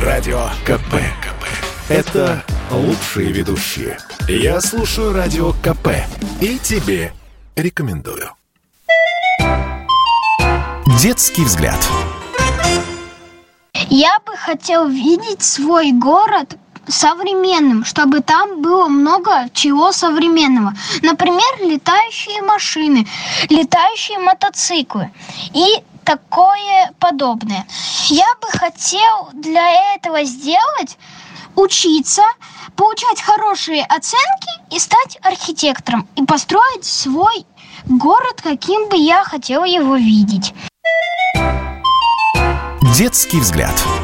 Радио КП. Это лучшие ведущие. Я слушаю Радио КП и тебе рекомендую. Детский взгляд. Я бы хотел видеть свой город современным, чтобы там было много чего современного. Например, летающие машины, летающие мотоциклы и такое подобное. Я бы хотел для этого учиться, получать хорошие оценки и стать архитектором. И построить свой город, каким бы я хотел его видеть. Детский взгляд.